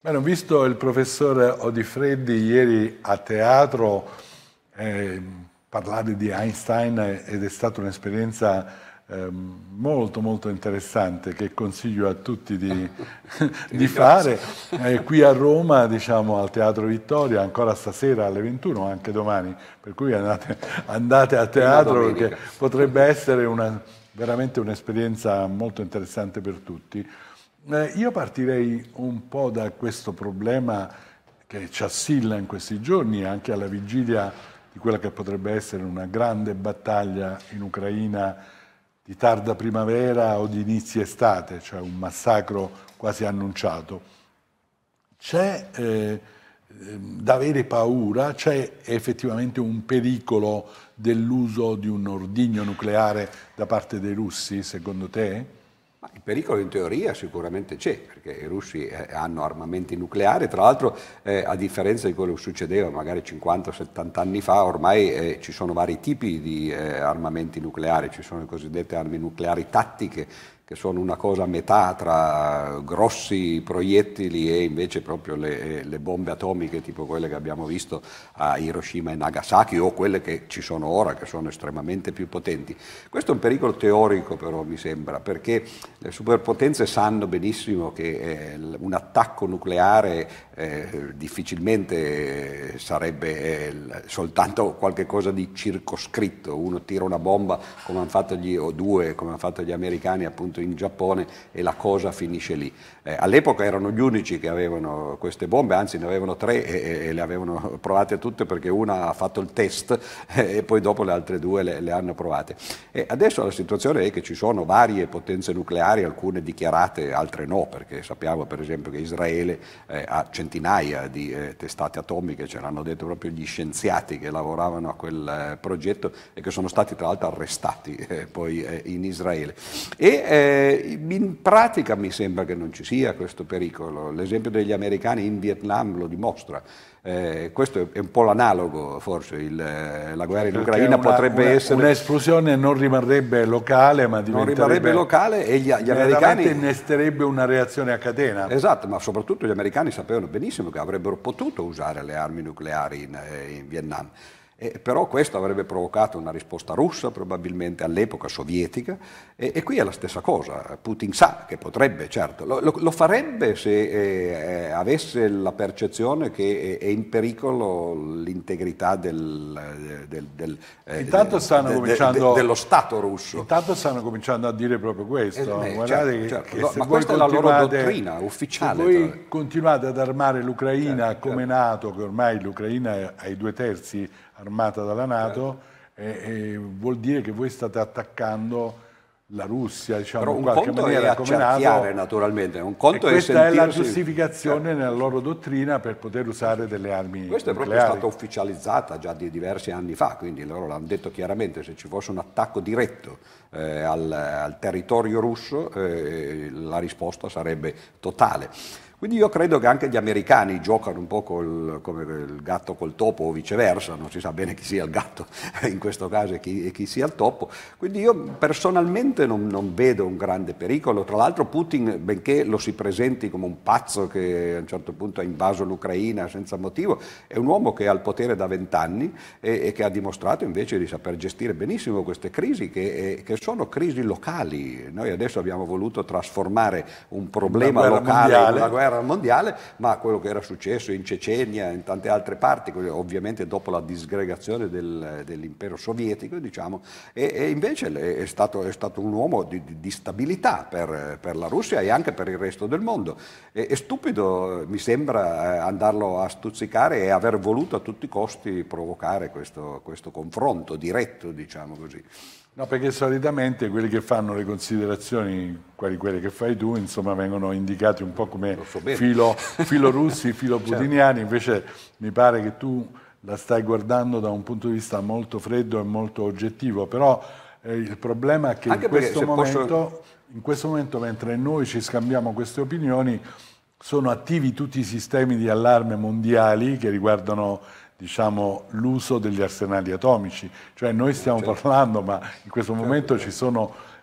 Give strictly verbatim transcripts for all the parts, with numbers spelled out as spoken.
Bene, ho visto il professor Odifreddi ieri a teatro eh, parlare di Einstein ed è stata un'esperienza eh, molto molto interessante che consiglio a tutti di, di fare. Eh, qui a Roma, diciamo, al Teatro Vittoria, ancora stasera alle ventuno, anche domani, per cui andate, andate a teatro perché potrebbe essere una, veramente un'esperienza molto interessante per tutti. Eh, io partirei un po' da questo problema che ci assilla in questi giorni, anche alla vigilia di quella che potrebbe essere una grande battaglia in Ucraina di tarda primavera o di inizio estate, cioè un massacro quasi annunciato. C'è eh, da avere paura, c'è effettivamente un pericolo dell'uso di un ordigno nucleare da parte dei russi, secondo te? Il pericolo in teoria sicuramente c'è, perché i russi eh, hanno armamenti nucleari, tra l'altro eh, a differenza di quello che succedeva magari cinquanta settanta anni fa, ormai eh, ci sono vari tipi di eh, armamenti nucleari, ci sono le cosiddette armi nucleari tattiche, che sono una cosa a metà tra grossi proiettili e invece proprio le, le bombe atomiche tipo quelle che abbiamo visto a Hiroshima e Nagasaki o quelle che ci sono ora, che sono estremamente più potenti. Questo è un pericolo teorico però mi sembra, perché le superpotenze sanno benissimo che eh, un attacco nucleare eh, difficilmente sarebbe eh, soltanto qualche cosa di circoscritto, uno tira una bomba come hanno fatto gli, o due come hanno fatto gli americani appunto in Giappone e la cosa finisce lì. Eh, all'epoca erano gli unici che avevano queste bombe, anzi ne avevano tre e, e le avevano provate tutte perché una ha fatto il test eh, e poi dopo le altre due le, le hanno provate. E adesso la situazione è che ci sono varie potenze nucleari, alcune dichiarate, altre no, perché sappiamo per esempio che Israele eh, ha centinaia di eh, testate atomiche, ce l'hanno detto proprio gli scienziati che lavoravano a quel eh, progetto e che sono stati tra l'altro arrestati eh, poi eh, in Israele. E eh, in pratica mi sembra che non ci sia questo pericolo. L'esempio degli americani in Vietnam lo dimostra. Eh, questo è un po' l'analogo, forse, il, la guerra in Ucraina una, potrebbe una, essere... Un'esplosione non rimarrebbe locale, ma diventerebbe... Non rimarrebbe locale e gli, gli americani... innesterebbe una reazione a catena. Esatto, ma soprattutto gli americani sapevano benissimo che avrebbero potuto usare le armi nucleari in, in Vietnam. Eh, però questo avrebbe provocato una risposta russa, probabilmente all'epoca sovietica, e, e qui è la stessa cosa. Putin sa che potrebbe, certo, lo, lo, lo farebbe se eh, avesse la percezione che è, è in pericolo l'integrità del, del, del, eh, intanto stanno de, cominciando, de, de, dello Stato russo. Intanto stanno cominciando a dire proprio questo. Eh, Guardate certo, che, certo. che No, se ma voi questa è la loro dottrina ufficiale. Se voi tra... continuate ad armare l'Ucraina certo, come certo. NATO, che ormai l'Ucraina è ai due terzi armata dalla NATO, certo. e, e vuol dire che voi state attaccando la Russia, diciamo, però in un qualche conto maniera è come NATO, naturalmente, un conto e è questa sentirsi... è la giustificazione certo. nella loro dottrina per poter usare delle armi Questa nucleari. è proprio stata ufficializzata già di diversi anni fa, quindi loro l'hanno detto chiaramente, se ci fosse un attacco diretto eh, al, al territorio russo eh, la risposta sarebbe totale. Quindi io credo che anche gli americani giocano un po' col, come il gatto col topo o viceversa, non si sa bene chi sia il gatto in questo caso e chi, e chi sia il topo. Quindi io personalmente non, non vedo un grande pericolo. Tra l'altro Putin, benché lo si presenti come un pazzo che a un certo punto ha invaso l'Ucraina senza motivo, è un uomo che è al potere da vent'anni e, e che ha dimostrato invece di saper gestire benissimo queste crisi che, che sono crisi locali. Noi adesso abbiamo voluto trasformare un problema locale in una guerra mondiale, ma quello che era successo in Cecenia e in tante altre parti, ovviamente dopo la disgregazione del, dell'impero sovietico, diciamo, e, e invece è stato, è stato un uomo di, di stabilità per, per la Russia e anche per il resto del mondo. È, è stupido, mi sembra, andarlo a stuzzicare e aver voluto a tutti i costi provocare questo, questo confronto diretto, diciamo così. No, perché solitamente quelli che fanno le considerazioni, quali quelle che fai tu, insomma, vengono indicati un po' come so filo, filo russi, filo putiniani, invece mi pare che tu la stai guardando da un punto di vista molto freddo e molto oggettivo, però eh, il problema è che in questo, momento, posso... in questo momento, mentre noi ci scambiamo queste opinioni, sono attivi tutti i sistemi di allarme mondiali che riguardano, diciamo, l'uso degli arsenali atomici. Cioè noi stiamo certo. parlando, ma in questo momento certo. ci sono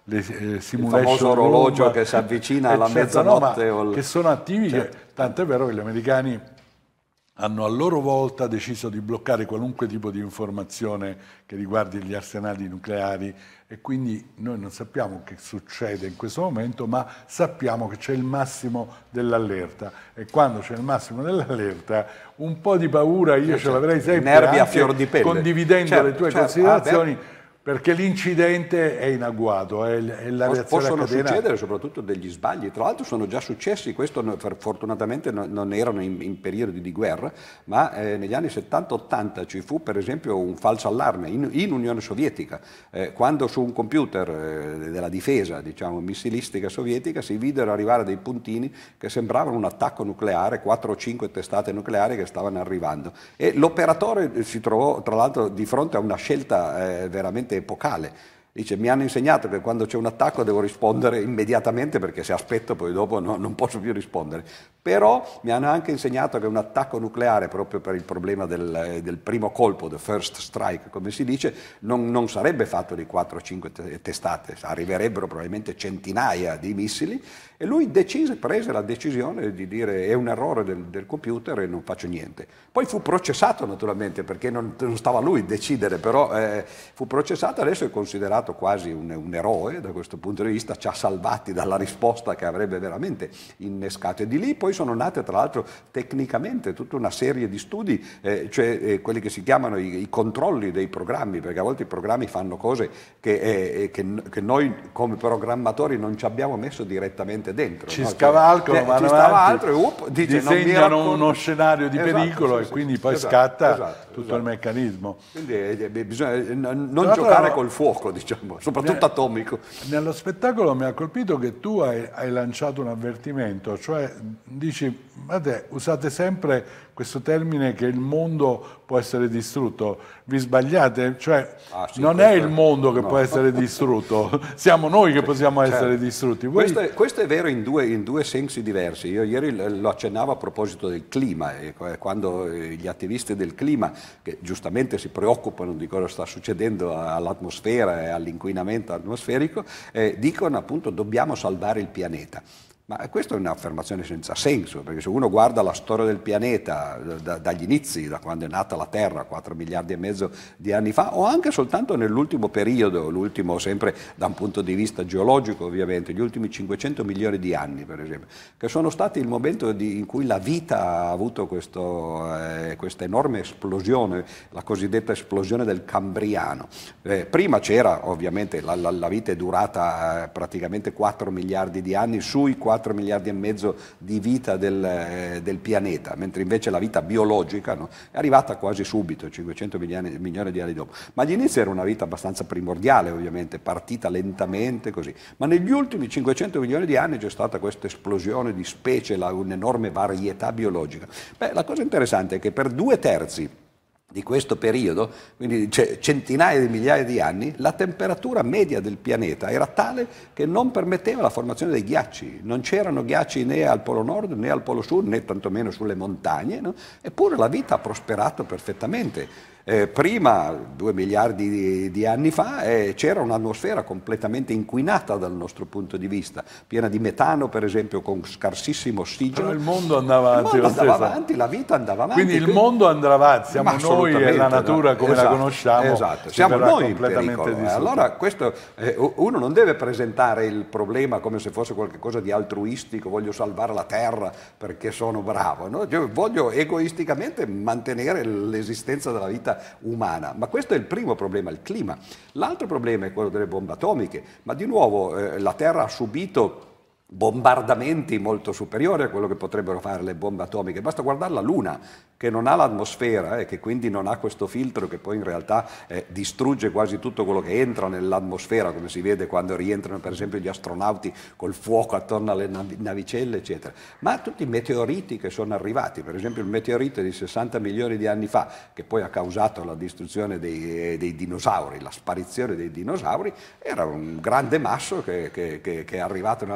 le eh, simulation il famoso orologio room, che si avvicina alla eccetera, mezzanotte. no, o il... che sono attivi, certo. che, tant'è vero che gli americani hanno a loro volta deciso di bloccare qualunque tipo di informazione che riguardi gli arsenali nucleari, e quindi noi non sappiamo che succede in questo momento, ma sappiamo che c'è il massimo dell'allerta, e quando c'è il massimo dell'allerta un po' di paura io ce l'avrei sempre, nervi a fior di pelle, condividendo certo, le tue certo. considerazioni. Ah, perché l'incidente è in agguato, è, è la reazione possono a catena. Succedere soprattutto degli sbagli, tra l'altro sono già successi, questo fortunatamente non erano in, in periodi di guerra, ma eh, negli anni settanta ottanta ci fu per esempio un falso allarme in, in Unione Sovietica, eh, quando su un computer eh, della difesa, diciamo, missilistica sovietica si videro arrivare dei puntini che sembravano un attacco nucleare, quattro o cinque testate nucleari che stavano arrivando, e l'operatore si trovò tra l'altro di fronte a una scelta eh, veramente epocale. Dice: mi hanno insegnato che quando c'è un attacco devo rispondere immediatamente, perché se aspetto poi dopo no, non posso più rispondere. Però mi hanno anche insegnato che un attacco nucleare, proprio per il problema del, del primo colpo, the first strike, come si dice, non, non sarebbe fatto di quattro o cinque testate, arriverebbero probabilmente centinaia di missili, e lui decise, prese la decisione di dire: è un errore del, del computer e non faccio niente. Poi fu processato naturalmente, perché non, non stava a lui decidere, però eh, fu processato, adesso è considerato quasi un, un eroe da questo punto di vista, ci ha salvati dalla risposta che avrebbe veramente innescato, e di lì poi sono nate tra l'altro tecnicamente tutta una serie di studi, eh, cioè eh, quelli che si chiamano i, i controlli dei programmi, perché a volte i programmi fanno cose che, eh, che, che noi come programmatori non ci abbiamo messo direttamente dentro, ci no? scavalcano, cioè, vanno ci avanti, avanti, e up, dice, disegnano non mi uno scenario di esatto, pericolo, sì, e sì, quindi poi esatto, scatta esatto, tutto esatto. il meccanismo. Quindi eh, bisogna eh, non Tra giocare l'altro, col fuoco, diciamo, soprattutto atomico. Nello spettacolo mi ha colpito che tu hai, hai lanciato un avvertimento, cioè dici: guardate, usate sempre questo termine che il mondo può essere distrutto, vi sbagliate, cioè ah, sì, non questo, è il mondo che no. può essere distrutto, siamo noi che possiamo certo. essere distrutti. Voi... Questo, è, questo è vero in due, in due sensi diversi. Io ieri lo accennavo a proposito del clima, e quando gli attivisti del clima, che giustamente si preoccupano di cosa sta succedendo all'atmosfera e all'inquinamento atmosferico, eh, dicono appunto: dobbiamo salvare il pianeta. Ma questa è un'affermazione senza senso, perché se uno guarda la storia del pianeta da, dagli inizi, da quando è nata la Terra, quattro miliardi e mezzo di anni fa, o anche soltanto nell'ultimo periodo, l'ultimo sempre da un punto di vista geologico ovviamente, gli ultimi cinquecento milioni di anni per esempio, che sono stati il momento di, in cui la vita ha avuto questo, eh, questa enorme esplosione, la cosiddetta esplosione del Cambriano. Eh, prima c'era ovviamente, la, la, la vita è durata eh, praticamente quattro miliardi di anni sui quattro miliardi e mezzo di vita del, eh, del pianeta, mentre invece la vita biologica, no, è arrivata quasi subito, cinquecento milioni, milioni di anni dopo. Ma agli inizi era una vita abbastanza primordiale, ovviamente, partita lentamente così. Ma negli ultimi cinquecento milioni di anni c'è stata questa esplosione di specie, la, un'enorme varietà biologica. Beh, la cosa interessante è che per due terzi di questo periodo, quindi centinaia di migliaia di anni, la temperatura media del pianeta era tale che non permetteva la formazione dei ghiacci. Non c'erano ghiacci né al polo nord né al polo sud, né tantomeno sulle montagne, no? Eppure la vita ha prosperato perfettamente. Eh, prima, due miliardi di, di anni fa, eh, c'era un'atmosfera completamente inquinata dal nostro punto di vista, piena di metano per esempio, con scarsissimo ossigeno. Però il mondo andava avanti, il mondo andava stesso. avanti, la vita andava avanti. Quindi il mondo andrà avanti, siamo noi e la natura no? come esatto, la conosciamo. Esatto, siamo noi in completamente pericolo. Eh, allora questo, eh, uno non deve presentare il problema come se fosse qualcosa di altruistico, voglio salvare la terra perché sono bravo, no? Io voglio egoisticamente mantenere l'esistenza della vita umana, ma questo è il primo problema, il clima. L'altro problema è quello delle bombe atomiche, ma di nuovo eh, la Terra ha subito bombardamenti molto superiori a quello che potrebbero fare le bombe atomiche. Basta guardare la Luna, che non ha l'atmosfera e eh, che quindi non ha questo filtro che poi in realtà eh, distrugge quasi tutto quello che entra nell'atmosfera, come si vede quando rientrano per esempio gli astronauti col fuoco attorno alle nav- navicelle eccetera. Ma tutti i meteoriti che sono arrivati, per esempio il meteorite di sessanta milioni di anni fa, che poi ha causato la distruzione dei, dei dinosauri, la sparizione dei dinosauri, era un grande masso che, che, che, che è arrivato nell'atmosfera,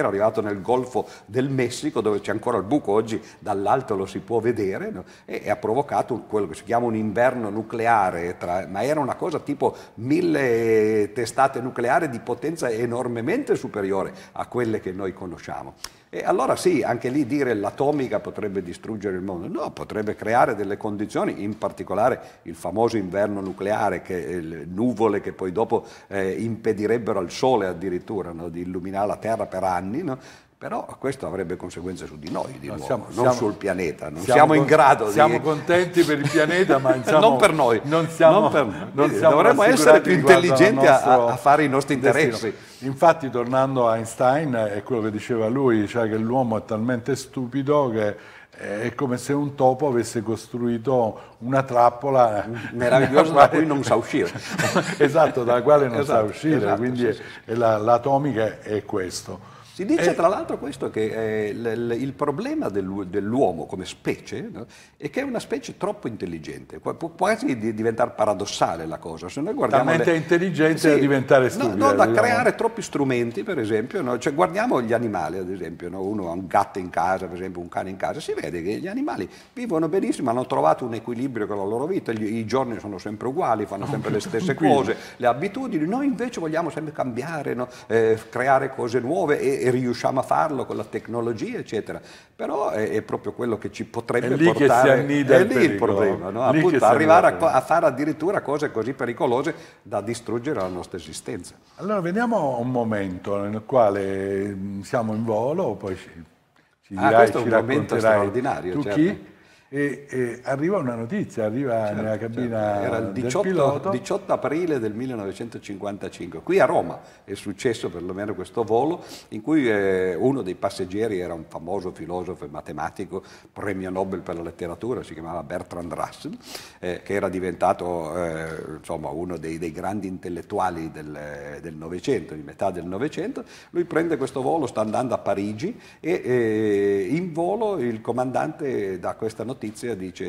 arrivato nel Golfo del Messico, dove c'è ancora il buco, oggi dall'alto lo si può vedere, no? e, e ha provocato quello che si chiama un inverno nucleare, tra, ma era una cosa tipo mille testate nucleari di potenza enormemente superiore a quelle che noi conosciamo. E allora sì, anche lì dire l'atomica potrebbe distruggere il mondo, no, potrebbe creare delle condizioni, in particolare il famoso inverno nucleare, che, eh, nuvole che poi dopo eh, impedirebbero al Sole addirittura, no, di illuminare la Terra per anni, no? Però questo avrebbe conseguenze su di noi, di no, nuovo, siamo, non siamo, sul pianeta, non siamo siamo in con, grado siamo di... Siamo contenti per il pianeta, ma insomma, non per noi, non siamo, non per noi. Non siamo Dovremmo essere più intelligenti a, a fare i nostri interessi. Destino. Infatti, tornando a Einstein, è quello che diceva lui, cioè che l'uomo è talmente stupido che è come se un topo avesse costruito una trappola meravigliosa da cui non sa uscire. Esatto, dalla quale non esatto, sa uscire, esatto, quindi sì, sì, sì. l'atomica è questo. Si dice e... tra l'altro questo che eh, l- l- il problema del- dell'uomo come specie, no, è che è una specie troppo intelligente, può, può quasi di- diventare paradossale la cosa. Se noi guardiamo talmente le... intelligente sì, da diventare stupida. No, no, da diciamo. creare troppi strumenti, per esempio, no? Cioè, guardiamo gli animali, ad esempio, no? Uno ha un gatto in casa, per esempio un cane in casa, si vede che gli animali vivono benissimo, hanno trovato un equilibrio con la loro vita, gli, i giorni sono sempre uguali, fanno sempre le stesse cose, le abitudini, noi invece vogliamo sempre cambiare, no? eh, creare cose nuove e, e riusciamo a farlo con la tecnologia, eccetera. Però è, è proprio quello che ci potrebbe è lì portare... Che si annida è il lì pericolo. il problema, no? Lì Appunto, arrivare a, a fare addirittura cose così pericolose da distruggere la nostra esistenza. Allora, vediamo un momento nel quale siamo in volo, poi ci, ci dirai, ah, questo è ci un momento straordinario, tu certo. chi? E, e arriva una notizia, arriva certo, nella cabina certo. Era il diciotto, del pilota. diciotto aprile del millenovecentocinquantacinque, qui a Roma è successo perlomeno questo volo in cui eh, uno dei passeggeri era un famoso filosofo e matematico, premio Nobel per la letteratura, si chiamava Bertrand Russell, eh, che era diventato eh, insomma, uno dei, dei grandi intellettuali del Novecento, di metà del Novecento. Lui prende questo volo, sta andando a Parigi e eh, in volo il comandante dà questa notizia notizia dice,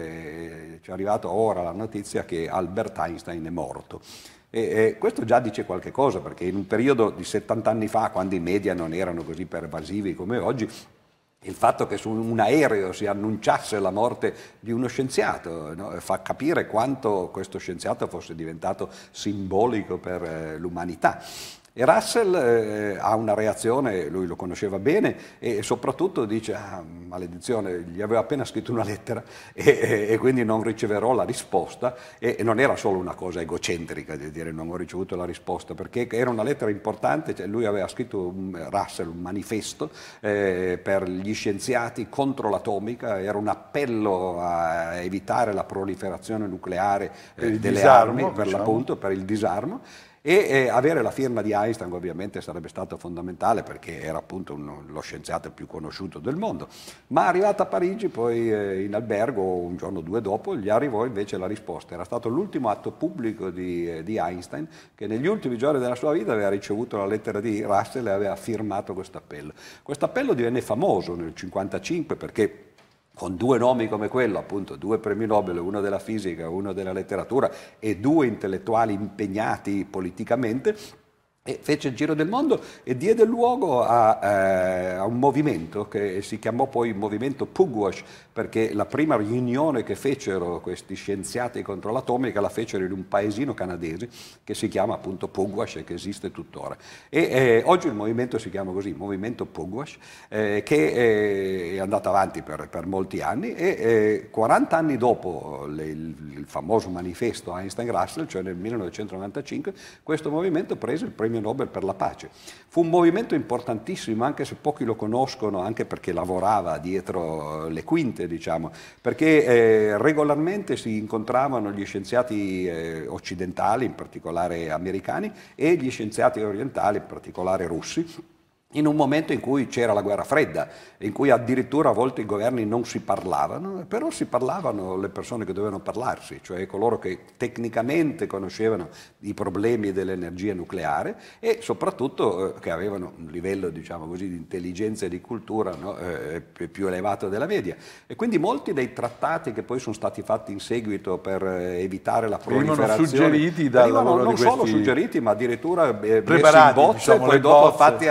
eh, ci è arrivata ora la notizia che Albert Einstein è morto. E, e questo già dice qualche cosa, perché in un periodo di settanta anni fa, quando i media non erano così pervasivi come oggi, il fatto che su un aereo si annunciasse la morte di uno scienziato, no, fa capire quanto questo scienziato fosse diventato simbolico per eh, l'umanità. E Russell eh, ha una reazione, lui lo conosceva bene e soprattutto dice, ah, maledizione, gli aveva appena scritto una lettera e, e, e quindi non riceverò la risposta, e, e non era solo una cosa egocentrica di dire non ho ricevuto la risposta, perché era una lettera importante, cioè lui aveva scritto, un, Russell, un manifesto eh, per gli scienziati contro l'atomica, era un appello a evitare la proliferazione nucleare eh, delle disarmo, armi, per diciamo. l'appunto, per il disarmo. E eh, avere la firma di Einstein ovviamente sarebbe stato fondamentale, perché era appunto uno, lo scienziato più conosciuto del mondo. Ma arrivato a Parigi, poi eh, in albergo, un giorno o due dopo, gli arrivò invece la risposta. Era stato l'ultimo atto pubblico di, eh, di Einstein, che negli ultimi giorni della sua vita aveva ricevuto la lettera di Russell e aveva firmato questo appello. Questo appello divenne famoso nel millenovecentocinquantacinque perché con due nomi come quello, appunto due premi Nobel, uno della fisica, uno della letteratura, e due intellettuali impegnati politicamente, e fece il giro del mondo e diede luogo a, eh, a un movimento che si chiamò poi movimento Pugwash, perché la prima riunione che fecero questi scienziati contro l'atomica la fecero in un paesino canadese che si chiama appunto Pugwash e che esiste tuttora. E eh, oggi il movimento si chiama così, movimento Pugwash, eh, che eh, è andato avanti per, per molti anni e eh, quaranta anni dopo le, il, il famoso manifesto Einstein-Russell, cioè nel millenovecentonovantacinque, questo movimento prese il premio Nobel per la pace. Fu un movimento importantissimo, anche se pochi lo conoscono, anche perché lavorava dietro le quinte, diciamo, perché eh, regolarmente si incontravano gli scienziati eh, occidentali, in particolare americani, e gli scienziati orientali, in particolare russi, in un momento in cui c'era la guerra fredda, in cui addirittura a volte i governi non si parlavano, però si parlavano le persone che dovevano parlarsi, cioè coloro che tecnicamente conoscevano i problemi dell'energia nucleare e soprattutto eh, che avevano un livello, diciamo così, di intelligenza e di cultura, no, eh, più elevato della media. E quindi molti dei trattati che poi sono stati fatti in seguito per eh, evitare la proliferazione venivano suggeriti dal lavoro non di solo questi... suggeriti, ma addirittura eh, preparati, messi in bozze, diciamo, e poi le dopo bozze. fatti arrivare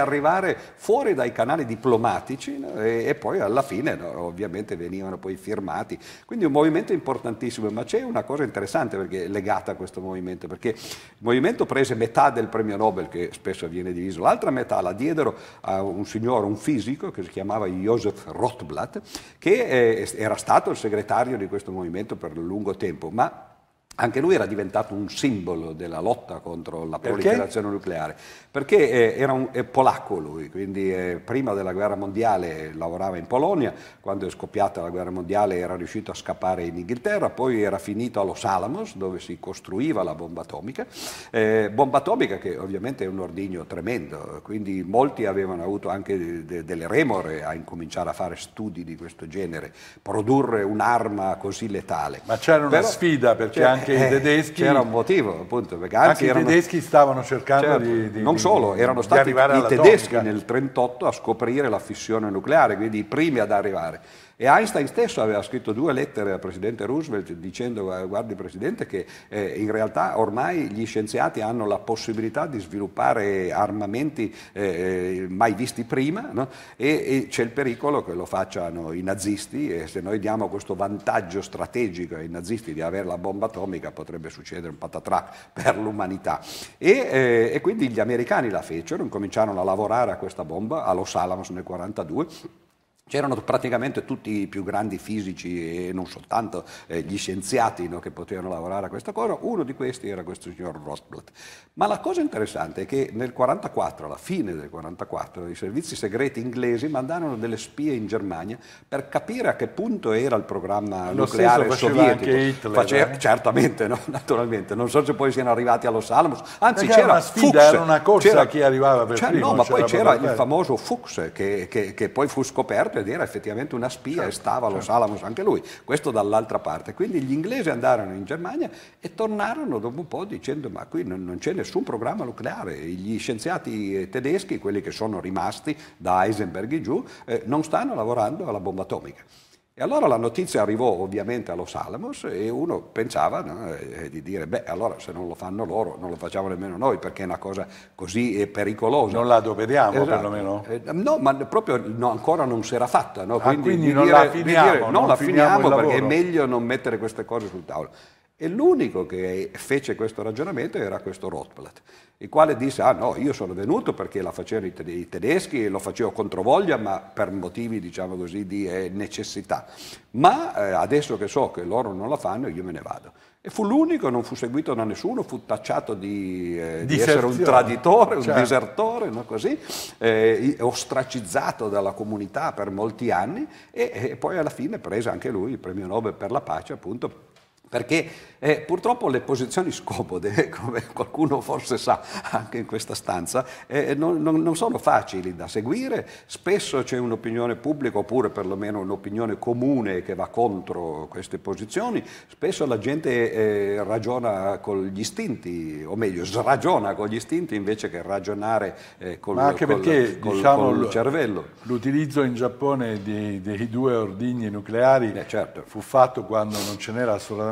nucleare fuori dai canali diplomatici, no? e, e poi alla fine, no, ovviamente venivano poi firmati. Quindi un movimento importantissimo, ma c'è una cosa interessante perché è legata a questo movimento, perché il movimento prese metà del premio Nobel, che spesso viene diviso, l'altra metà la diedero a un signore, un fisico che si chiamava Joseph Rotblat, che eh, era stato il segretario di questo movimento per lungo tempo, ma anche lui era diventato un simbolo della lotta contro la proliferazione nucleare, perché eh, era un è polacco lui, quindi eh, prima della guerra mondiale lavorava in Polonia, quando è scoppiata la guerra mondiale era riuscito a scappare in Inghilterra, poi era finito a Los Alamos dove si costruiva la bomba atomica, eh, bomba atomica che ovviamente è un ordigno tremendo, quindi molti avevano avuto anche de de delle remore a incominciare a fare studi di questo genere, produrre un'arma così letale. Ma c'era una sfida perché anche Anche i tedeschi, c'era un motivo, appunto, perché anzi anche erano, i tedeschi stavano cercando certo, di, di non solo, di, erano di stati i tedeschi nel trentotto a scoprire la fissione nucleare, quindi i primi ad arrivare. E Einstein stesso aveva scritto due lettere al presidente Roosevelt dicendo: guardi Presidente, che eh, in realtà ormai gli scienziati hanno la possibilità di sviluppare armamenti eh, mai visti prima, no? e, e c'è il pericolo che lo facciano i nazisti, e se noi diamo questo vantaggio strategico ai nazisti di avere la bomba atomica potrebbe succedere un patatrac per l'umanità. E, eh, e quindi gli americani la fecero, incominciarono a lavorare a questa bomba a Los Alamos nel quarantadue. C'erano praticamente tutti i più grandi fisici e non soltanto eh, gli scienziati, no, che potevano lavorare a questa cosa. Uno di questi era questo signor Rotblat. Ma la cosa interessante è che nel quarantaquattro, alla fine del quarantaquattro, i servizi segreti inglesi mandarono delle spie in Germania per capire a che punto era il programma Lo nucleare sovietico. Anche Hitler, Faceva, eh? Certamente, no? Naturalmente. Non so se poi siano arrivati a Los Alamos. Anzi, c'era c'era una sfida, Fuchs, era una corsa a chi arrivava per primo. No, ma poi c'era il per... famoso Fuchs che, che, che poi fu scoperto ed era effettivamente una spia, certo, e stava a Los Alamos anche lui, questo dall'altra parte. Quindi gli inglesi andarono in Germania e tornarono dopo un po' dicendo: ma qui non, non c'è nessun programma nucleare, gli scienziati tedeschi, quelli che sono rimasti da Heisenberg in giù, eh, non stanno lavorando alla bomba atomica. E allora la notizia arrivò ovviamente a Los Alamos e uno pensava, no, eh, di dire: beh, allora se non lo fanno loro non lo facciamo nemmeno noi, perché è una cosa così pericolosa. Non la adoperiamo, esatto, perlomeno? Eh, no, ma proprio no, ancora non si era fatta. No? Ah, Quindi, quindi di non dire, la finiamo, dire, non, non la finiamo finiamo perché è lavoro. meglio non mettere queste cose sul tavolo. E l'unico che fece questo ragionamento era questo Rotblat, il quale disse: ah no, io sono venuto perché la facevano i tedeschi e lo facevo controvoglia, ma per motivi, diciamo così, di eh, necessità. Ma eh, adesso che so che loro non la fanno, io me ne vado. E fu l'unico, non fu seguito da nessuno, fu tacciato di, eh, di essere un traditore, un certo. disertore, no? Così, eh, ostracizzato dalla comunità per molti anni, e, e poi alla fine prese anche lui il premio Nobel per la pace, appunto, perché eh, purtroppo le posizioni scomode, come qualcuno forse sa anche in questa stanza, eh, non, non, non sono facili da seguire, spesso c'è un'opinione pubblica oppure perlomeno un'opinione comune che va contro queste posizioni, spesso la gente eh, ragiona con gli istinti, o meglio sragiona con gli istinti invece che ragionare eh, col, Ma anche col, perché, col, diciamo, col cervello. L'utilizzo in Giappone di, dei due ordigni nucleari eh, certo. fu fatto quando non ce n'era assolutamente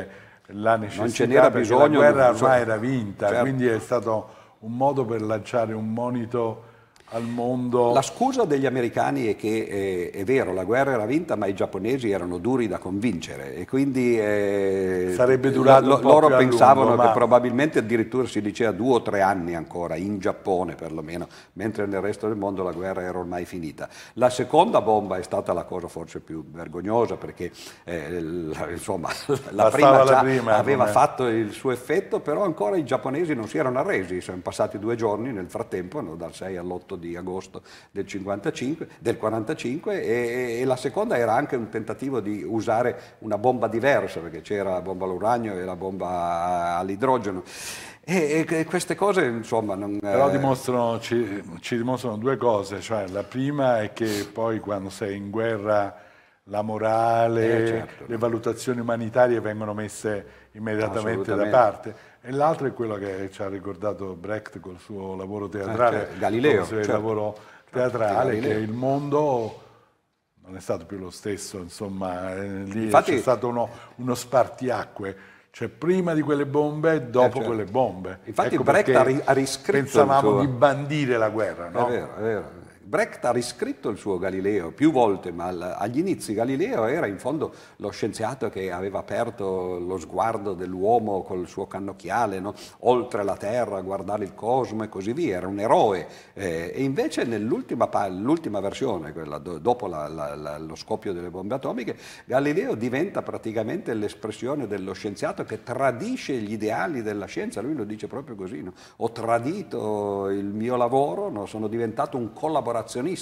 la necessità, non ce n'era bisogno, la guerra non so. ormai era vinta, certo. quindi è stato un modo per lanciare un monito al mondo. La scusa degli americani è che eh, è vero, la guerra era vinta, ma i giapponesi erano duri da convincere e quindi eh, sarebbe durato lo, un po' loro più pensavano lungo, che ma... probabilmente addirittura si diceva due o tre anni ancora in Giappone perlomeno, mentre nel resto del mondo la guerra era ormai finita. La seconda bomba è stata la cosa forse più vergognosa perché eh, la, insomma la prima già la prima, aveva come... fatto il suo effetto, però ancora i giapponesi non si erano arresi, sono passati due giorni nel frattempo, no, dal sei all'otto di agosto del cinquantacinque, del quarantacinque e, e la seconda era anche un tentativo di usare una bomba diversa perché c'era la bomba all'uranio e la bomba all'idrogeno e, e queste cose insomma non, però eh... dimostrano, ci, ci dimostrano due cose, cioè la prima è che poi quando sei in guerra la morale, eh, certo. le valutazioni umanitarie vengono messe immediatamente da parte. E l'altro è quello che ci ha ricordato Brecht col suo lavoro teatrale, eh, cioè, Galileo, il suo certo. lavoro teatrale, Galileo. che il mondo non è stato più lo stesso, insomma, eh, lì Infatti, c'è stato uno, uno spartiacque. C'è prima di quelle bombe e dopo eh, certo. quelle bombe. Infatti ecco Brecht ha, ri ha riscritto pensavamo il suo... di bandire la guerra, no? È vero, è vero. Brecht ha riscritto il suo Galileo più volte, ma agli inizi Galileo era in fondo lo scienziato che aveva aperto lo sguardo dell'uomo col suo cannocchiale, no? Oltre la Terra, a guardare il cosmo e così via, era un eroe. Eh, e invece nell'ultima versione, quella do, dopo la, la, la, lo scoppio delle bombe atomiche, Galileo diventa praticamente l'espressione dello scienziato che tradisce gli ideali della scienza. Lui lo dice proprio così, no? Ho tradito il mio lavoro, no? Sono diventato un collaboratore.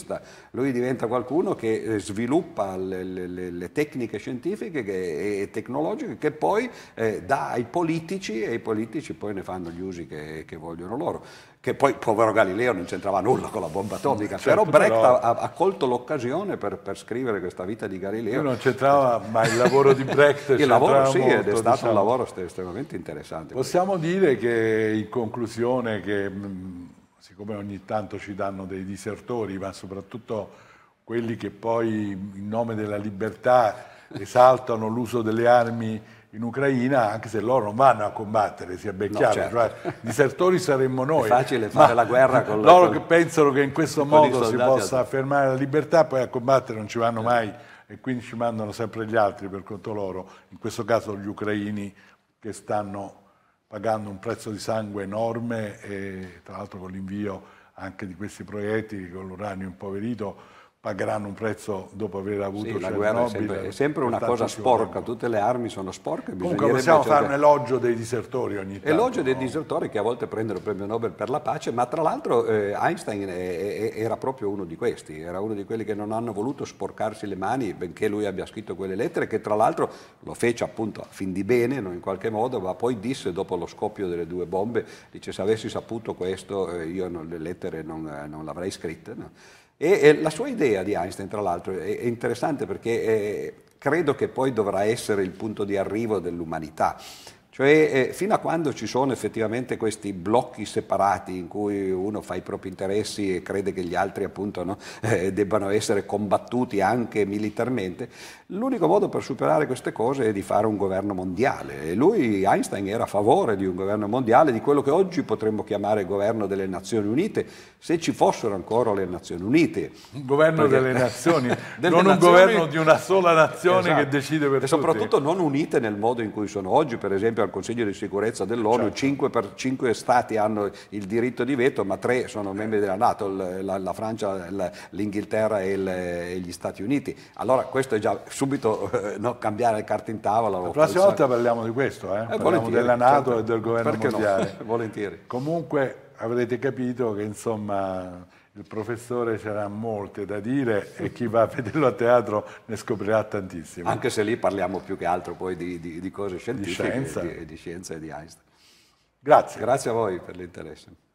Lui diventa qualcuno che sviluppa le, le, le tecniche scientifiche che, e tecnologiche che poi eh, dà ai politici e i politici poi ne fanno gli usi che, che vogliono loro. Che poi, povero Galileo, non c'entrava nulla con la bomba atomica, certo, però Brecht però... Ha, ha colto l'occasione per, per scrivere questa vita di Galileo. Lui non c'entrava, ma il lavoro di Brecht il lavoro sì, molto, ed è stato diciamo. un lavoro estremamente interessante. Possiamo dire che in conclusione che mh, siccome ogni tanto ci danno dei disertori, ma soprattutto quelli che poi in nome della libertà esaltano l'uso delle armi in Ucraina, anche se loro non vanno a combattere, sia ben no, chiaro, certo. cioè, disertori saremmo noi. È facile fare la guerra con loro con, che pensano che in questo modo si possa affermare la libertà, poi a combattere non ci vanno certo. mai e quindi ci mandano sempre gli altri per conto loro, in questo caso gli ucraini che stanno pagando un prezzo di sangue enorme e tra l'altro con l'invio anche di questi proiettili con l'uranio impoverito pagheranno un prezzo dopo aver avuto sì, la guerra è sempre, è sempre una cosa sporca, tempo. Tutte le armi sono sporche. Comunque possiamo fare un elogio dei disertori ogni tanto. Elogio dei no? disertori che a volte prendono il premio Nobel per la pace, ma tra l'altro eh, Einstein è, è, era proprio uno di questi, era uno di quelli che non hanno voluto sporcarsi le mani, benché lui abbia scritto quelle lettere, che tra l'altro lo fece appunto a fin di bene, no, in qualche modo, ma poi disse dopo lo scoppio delle due bombe, dice se avessi saputo questo eh, io non, le lettere non, eh, non l'avrei scritte. No? E, e la sua idea di Einstein, tra l'altro, è, è interessante perché è, credo che poi dovrà essere il punto di arrivo dell'umanità. Cioè, eh, fino a quando ci sono effettivamente questi blocchi separati in cui uno fa i propri interessi e crede che gli altri appunto no, eh, debbano essere combattuti anche militarmente, l'unico modo per superare queste cose è di fare un governo mondiale. E lui, Einstein, era a favore di un governo mondiale, di quello che oggi potremmo chiamare governo delle Nazioni Unite, se ci fossero ancora le Nazioni Unite. Un governo perché... delle nazioni, delle non nazioni... un governo di una sola nazione esatto. che decide per e tutti. E soprattutto non unite nel modo in cui sono oggi, per esempio al Consiglio di sicurezza dell'ONU, certo. cinque, per, cinque stati hanno il diritto di veto, ma tre sono membri della NATO, la, la Francia, l'Inghilterra e, e gli Stati Uniti. Allora questo è già subito eh, no, cambiare le carte in tavola. La prossima volta parliamo di questo, eh? Eh, parliamo della NATO certo. e del governo Perché mondiale. No? Volentieri. Comunque avrete capito che insomma il professore c'era molte da dire e chi va a vederlo a teatro ne scoprirà tantissimo. Anche se lì parliamo più che altro poi di, di, di cose scientifiche, di scienza. E di, di scienza e di Einstein. Grazie. Grazie a voi per l'interesse.